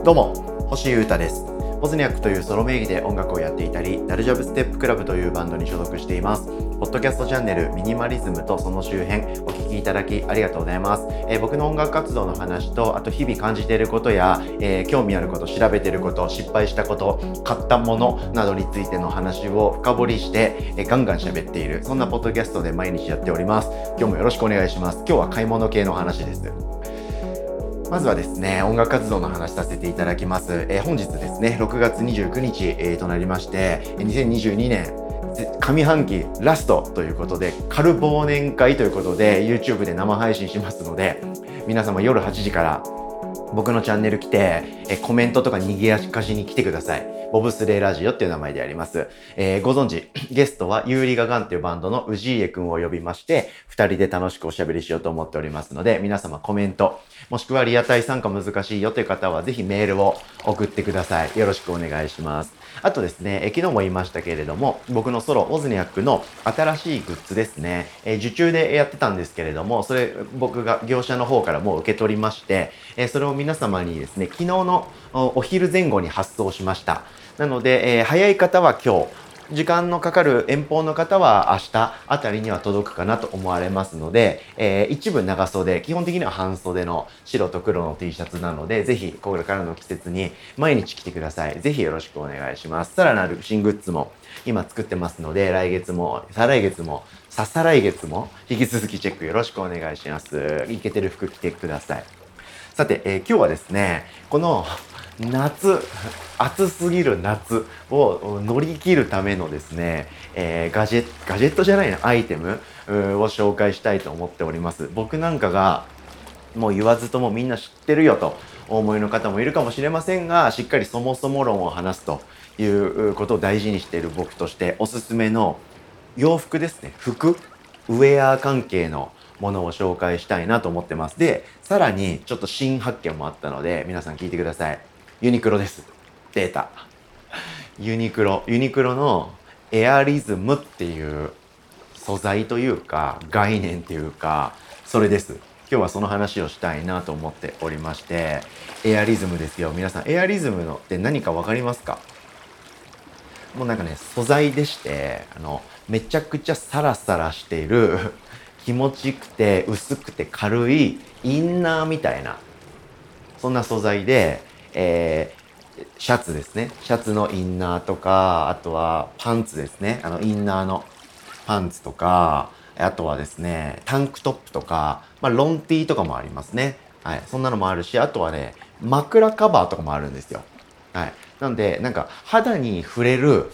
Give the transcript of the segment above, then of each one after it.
どうも、星優太です。ポズニャックというソロ名義で音楽をやっていたり、ダルジャブステップクラブというバンドに所属しています。ポッドキャストチャンネルミニマリズムとその周辺お聞きいただきありがとうございます。僕の音楽活動の話と、あと日々感じていることや、興味あること、調べていること、失敗したこと、買ったものなどについての話を深掘りして、ガンガン喋っている、そんなポッドキャストで毎日やっております。今日もよろしくお願いします。今日は買い物系の話です。まずはですね、音楽活動の話させていただきます。本日ですね、6月29日、となりまして、2022年上半期ラストということで、軽忘年会ということで YouTube で生配信しますので、皆様夜8時から僕のチャンネル来て、コメントとか賑やかしに来てください。ボブスレーラジオっていう名前であります。ご存知、ゲストはユーリガガンっていうバンドのウジーエくんを呼びまして、二人で楽しくおしゃべりしようと思っておりますので、皆様コメント、もしくはリアタイ参加難しいよという方はぜひメールを送ってください。よろしくお願いします。あとですね、昨日も言いましたけれども、僕のソロ、オズニャックの新しいグッズですね、受注でやってたんですけれども、それ僕が業者の方からもう受け取りまして、それを皆様にですね、昨日のお昼前後に発送しました。なので、早い方は今日、時間のかかる遠方の方は明日あたりには届くかなと思われますので、一部長袖、基本的には半袖の白と黒の T シャツなので、ぜひこれからの季節に毎日着てください。ぜひよろしくお願いします。さらなる新グッズも今作ってますので、来月も、再来月も、再来月も引き続きチェックよろしくお願いします。イケてる服着てください。さて、今日はですね、この暑すぎる夏を乗り切るためのですね、ガジェットじゃないな、アイテムを紹介したいと思っております。僕なんかがもう言わずともみんな知ってるよとお思いの方もいるかもしれませんが、しっかりそもそも論を話すということを大事にしている僕としておすすめの洋服ですね。ウェア関係のものを紹介したいなと思ってます。で、さらにちょっと新発見もあったので、皆さん聞いてください。ユニクロです。データ。ユニクロのエアリズムっていう素材というか、概念っていうか、それです。今日はその話をしたいなと思っておりまして、エアリズムですよ。皆さん、エアリズムのって何かわかりますか？もうなんかね、素材でして、めちゃくちゃサラサラしている気持ちくて薄くて軽いインナーみたいな、そんな素材で、シャツですね。シャツのインナーとか、あとはパンツですね。インナーのパンツとか、あとはですね、タンクトップとか、ロンティーとかもありますね。はい。そんなのもあるし、あとはね、枕カバーとかもあるんですよ。はい。なんで、なんか肌に触れる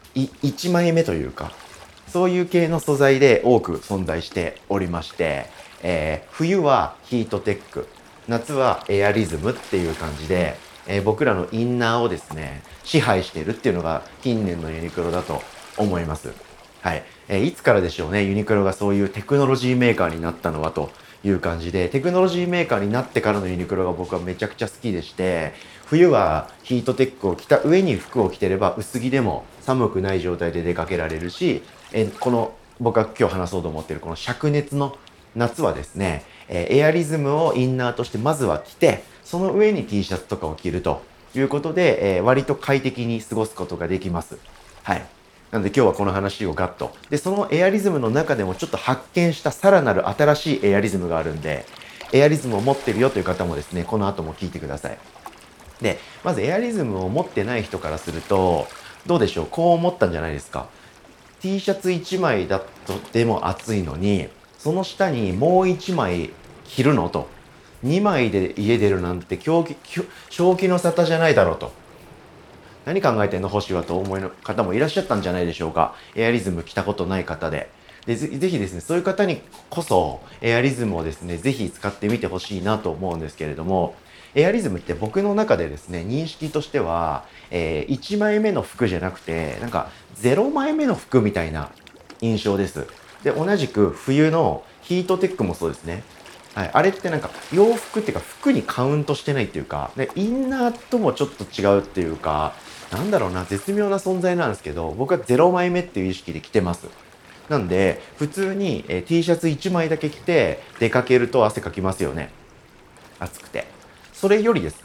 1枚目というか、そういう系の素材で多く存在しておりまして、冬はヒートテック、夏はエアリズムっていう感じで、僕らのインナーをですね、支配しているっていうのが近年のユニクロだと思います。はい。いつからでしょうね、ユニクロがそういうテクノロジーメーカーになったのはという感じで、テクノロジーメーカーになってからのユニクロが僕はめちゃくちゃ好きでして、冬はヒートテックを着た上に服を着てれば薄着でも寒くない状態で出かけられるし、この僕が今日話そうと思っているこの灼熱の夏はですね、エアリズムをインナーとしてまずは着て、その上に T シャツとかを着るということで、割と快適に過ごすことができます。はい。なので今日はこの話をガッと。で、そのエアリズムの中でもちょっと発見したさらなる新しいエアリズムがあるんで、エアリズムを持ってるよという方もですね、この後も聞いてください。で、まずエアリズムを持ってない人からすると、どうでしょう、こう思ったんじゃないですか。T シャツ1枚だとでも暑いのに、その下にもう1枚着るのと。2枚で家出るなんて正気の沙汰じゃないだろうと。何考えてんの星はとお思いの方もいらっしゃったんじゃないでしょうか。エアリズム着たことない方で。で、ぜひですね、そういう方にこそ、エアリズムをですね、ぜひ使ってみてほしいなと思うんですけれども、エアリズムって僕の中でですね、認識としては、1枚目の服じゃなくて、なんか0枚目の服みたいな印象です。で、同じく冬のヒートテックもそうですね。はい、あれってなんか洋服っていうか服にカウントしてないっていうか、で、インナーともちょっと違うっていうか、なんだろうな、絶妙な存在なんですけど、僕は0枚目っていう意識で着てます。なんで、普通に、T シャツ1枚だけ着て出かけると汗かきますよね。暑くて。それよりですね、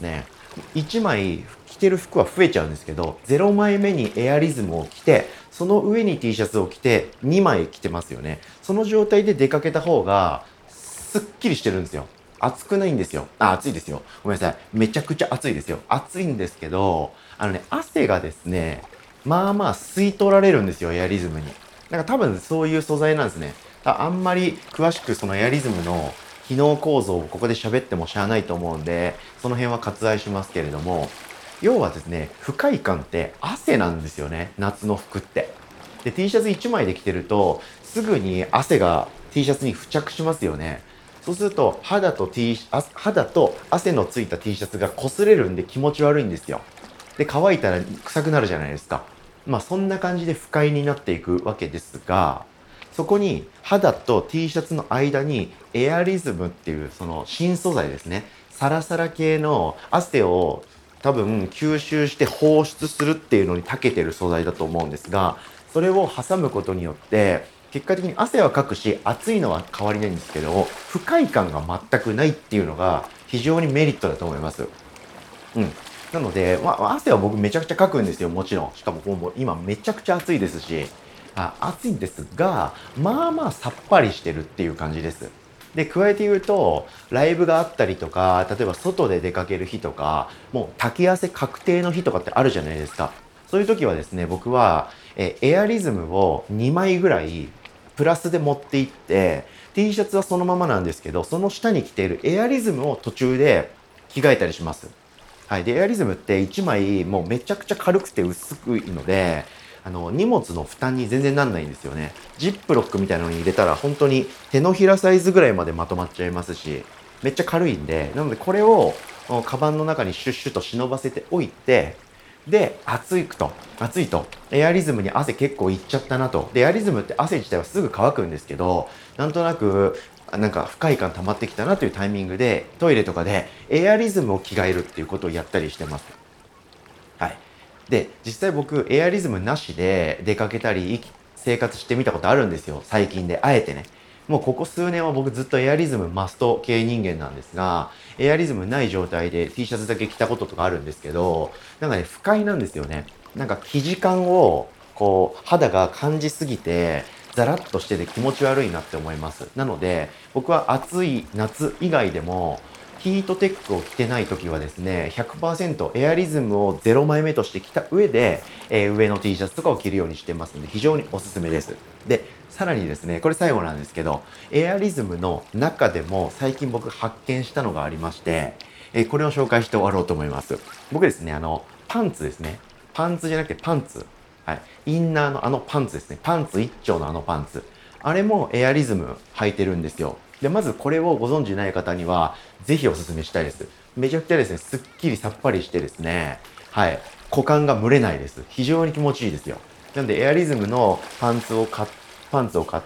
1枚着てる服は増えちゃうんですけど、0枚目にエアリズムを着て、その上に T シャツを着て2枚着てますよね。その状態で出かけた方がすっきりしてるんですよ。暑くないんですよ。暑いですよ。ごめんなさい。めちゃくちゃ暑いですよ。暑いんですけど、汗がですね、まあまあ吸い取られるんですよ、エアリズムに。なんか多分そういう素材なんですね。あんまり詳しくそのエアリズムの機能構造をここで喋ってもしゃあないと思うんで、その辺は割愛しますけれども、要はですね、不快感って汗なんですよね、夏の服って。で、T シャツ1枚で着てると、すぐに汗が T シャツに付着しますよね。そうすると、肌と汗のついた T シャツが擦れるんで気持ち悪いんですよ。で、乾いたら臭くなるじゃないですか。まあ、そんな感じで不快になっていくわけですが、そこに肌と T シャツの間にエアリズムっていうその新素材ですね。サラサラ系の汗を多分吸収して放出するっていうのに長けてる素材だと思うんですが、それを挟むことによって結果的に汗はかくし暑いのは変わりないんですけど、不快感が全くないっていうのが非常にメリットだと思います。うん。なので、汗は僕めちゃくちゃかくんですよ、もちろん。しかももう今めちゃくちゃ暑いですし、暑いんですが、まあまあさっぱりしてるっていう感じです。で、加えて言うと、ライブがあったりとか、例えば外で出かける日とか、もう滝汗確定の日とかってあるじゃないですか。そういう時はですね、僕は、エアリズムを2枚ぐらいプラスで持って行って、T シャツはそのままなんですけど、その下に着ているエアリズムを途中で着替えたりします。はい。で、エアリズムって1枚もうめちゃくちゃ軽くて薄いので、荷物の負担に全然なんないんですよね。ジップロックみたいなのに入れたら本当に手のひらサイズぐらいまでまとまっちゃいますし、めっちゃ軽いんで、なのでこれをカバンの中にシュッシュと忍ばせておいて、で、暑いと、エアリズムに汗結構いっちゃったなと。で、エアリズムって汗自体はすぐ乾くんですけど、なんとなく、なんか不快感溜まってきたなというタイミングで、トイレとかでエアリズムを着替えるっていうことをやったりしてます。はい。で、実際僕、エアリズムなしで出かけたり、生活してみたことあるんですよ。最近で。あえてね。もうここ数年は僕ずっとエアリズムマスト系人間なんですが、エアリズムない状態で T シャツだけ着たこととかあるんですけど、なんかね、不快なんですよね。なんか生地感を、こう、肌が感じすぎて、ザラッとしてて気持ち悪いなって思います。なので、僕は暑い夏以外でも、ヒートテックを着てない時はですね、100% エアリズムを0枚目として着た上で、上の T シャツとかを着るようにしてますので、非常におすすめです。で、さらにですね、これ最後なんですけど、エアリズムの中でも最近僕発見したのがありまして、これを紹介して終わろうと思います。僕ですね、パンツですね。パンツじゃなくてパンツ。はい。インナーのパンツですね。パンツ一丁のパンツ。あれもエアリズム履いてるんですよ。で、まずこれをご存知ない方には、ぜひお勧めしたいです。めちゃくちゃですね、すっきりさっぱりしてですね、はい、股間が蒸れないです。非常に気持ちいいですよ。なんで、エアリズムのパンツを買って、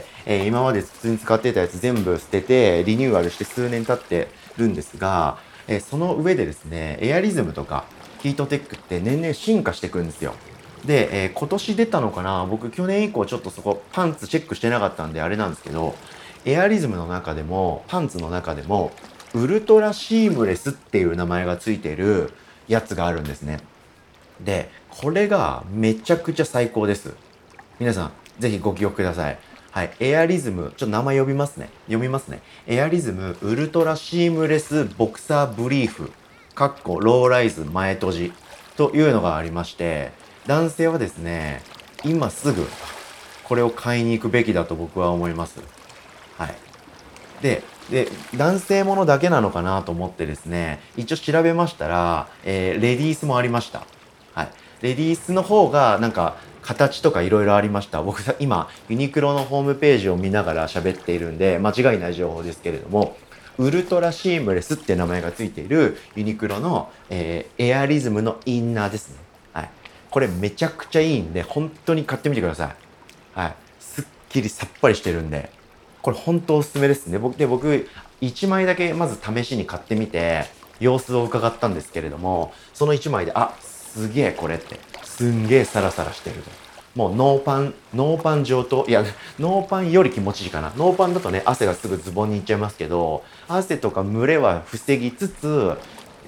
今まで普通に使ってたやつ全部捨てて、リニューアルして数年経ってるんですが、その上でですね、エアリズムとかヒートテックって年々進化していくんですよ。で、今年出たのかな、僕去年以降ちょっとそこパンツチェックしてなかったんであれなんですけど、エアリズムの中でも、パンツの中でも、ウルトラシームレスっていう名前がついてるやつがあるんですね。で、これがめちゃくちゃ最高です。皆さん、ぜひご記憶ください。はい。エアリズム、ちょっと名前呼びますね。読みますね。エアリズムウルトラシームレスボクサーブリーフ、ローライズ前閉じというのがありまして、男性はですね、今すぐこれを買いに行くべきだと僕は思います。はい。で、男性ものだけなのかなと思ってですね、一応調べましたら、レディースもありました。はい。レディースの方が、なんか、形とかいろいろありました。僕さ、今、ユニクロのホームページを見ながら喋っているんで、間違いない情報ですけれども、ウルトラシームレスって名前がついているユニクロの、エアリズムのインナーですね。はい。これめちゃくちゃいいんで、本当に買ってみてください。はい。すっきりさっぱりしてるんで。これ本当おすすめですね。僕、1枚だけまず試しに買ってみて、様子を伺ったんですけれども、その1枚で、すげえこれって、すんげえサラサラしてると。もうノーパン上等、いや、ノーパンより気持ちいいかな。ノーパンだとね、汗がすぐズボンにいっちゃいますけど、汗とか蒸れは防ぎつつ、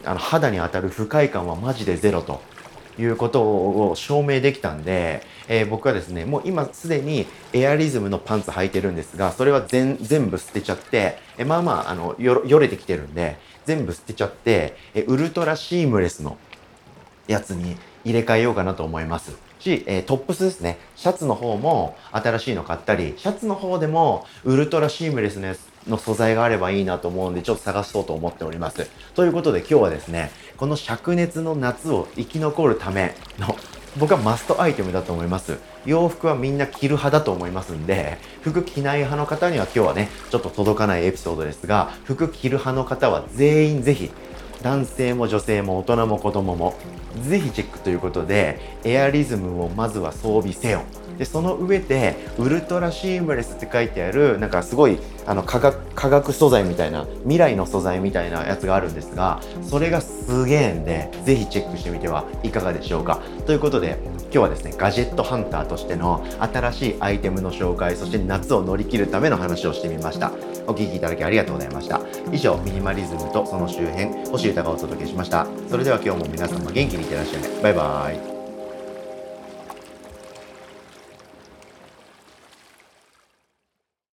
肌に当たる不快感はマジでゼロということを証明できたんで、僕はですね、もう今すでにエアリズムのパンツ履いてるんですが、それは全部捨てちゃって、よれてきてるんで、全部捨てちゃって、ウルトラシームレスのやつに入れ替えようかなと思いますし、トップスですね。シャツの方も新しいの買ったり、シャツの方でもウルトラシームレスのやつの素材があればいいなと思うんで、ちょっと探そうと思っております。ということで今日はですね、この灼熱の夏を生き残るための僕はマストアイテムだと思います。洋服はみんな着る派だと思いますんで、服着ない派の方には今日はね、ちょっと届かないエピソードですが、服着る派の方は全員ぜひ、男性も女性も大人も子供もぜひチェックということで、エアリズムをまずは装備せよ。でその上でウルトラシームレスって書いてあるなんかすごい化学素材みたいな未来の素材みたいなやつがあるんですが、それがすげえんでぜひチェックしてみてはいかがでしょうか。ということで今日はですね、ガジェットハンターとしての新しいアイテムの紹介、そして夏を乗り切るための話をしてみました。お聞きいただきありがとうございました。以上、ミニマリズムとその周辺、星歌がお届けしました。それでは今日も皆様元気にいってらっしゃい。バイバーイ。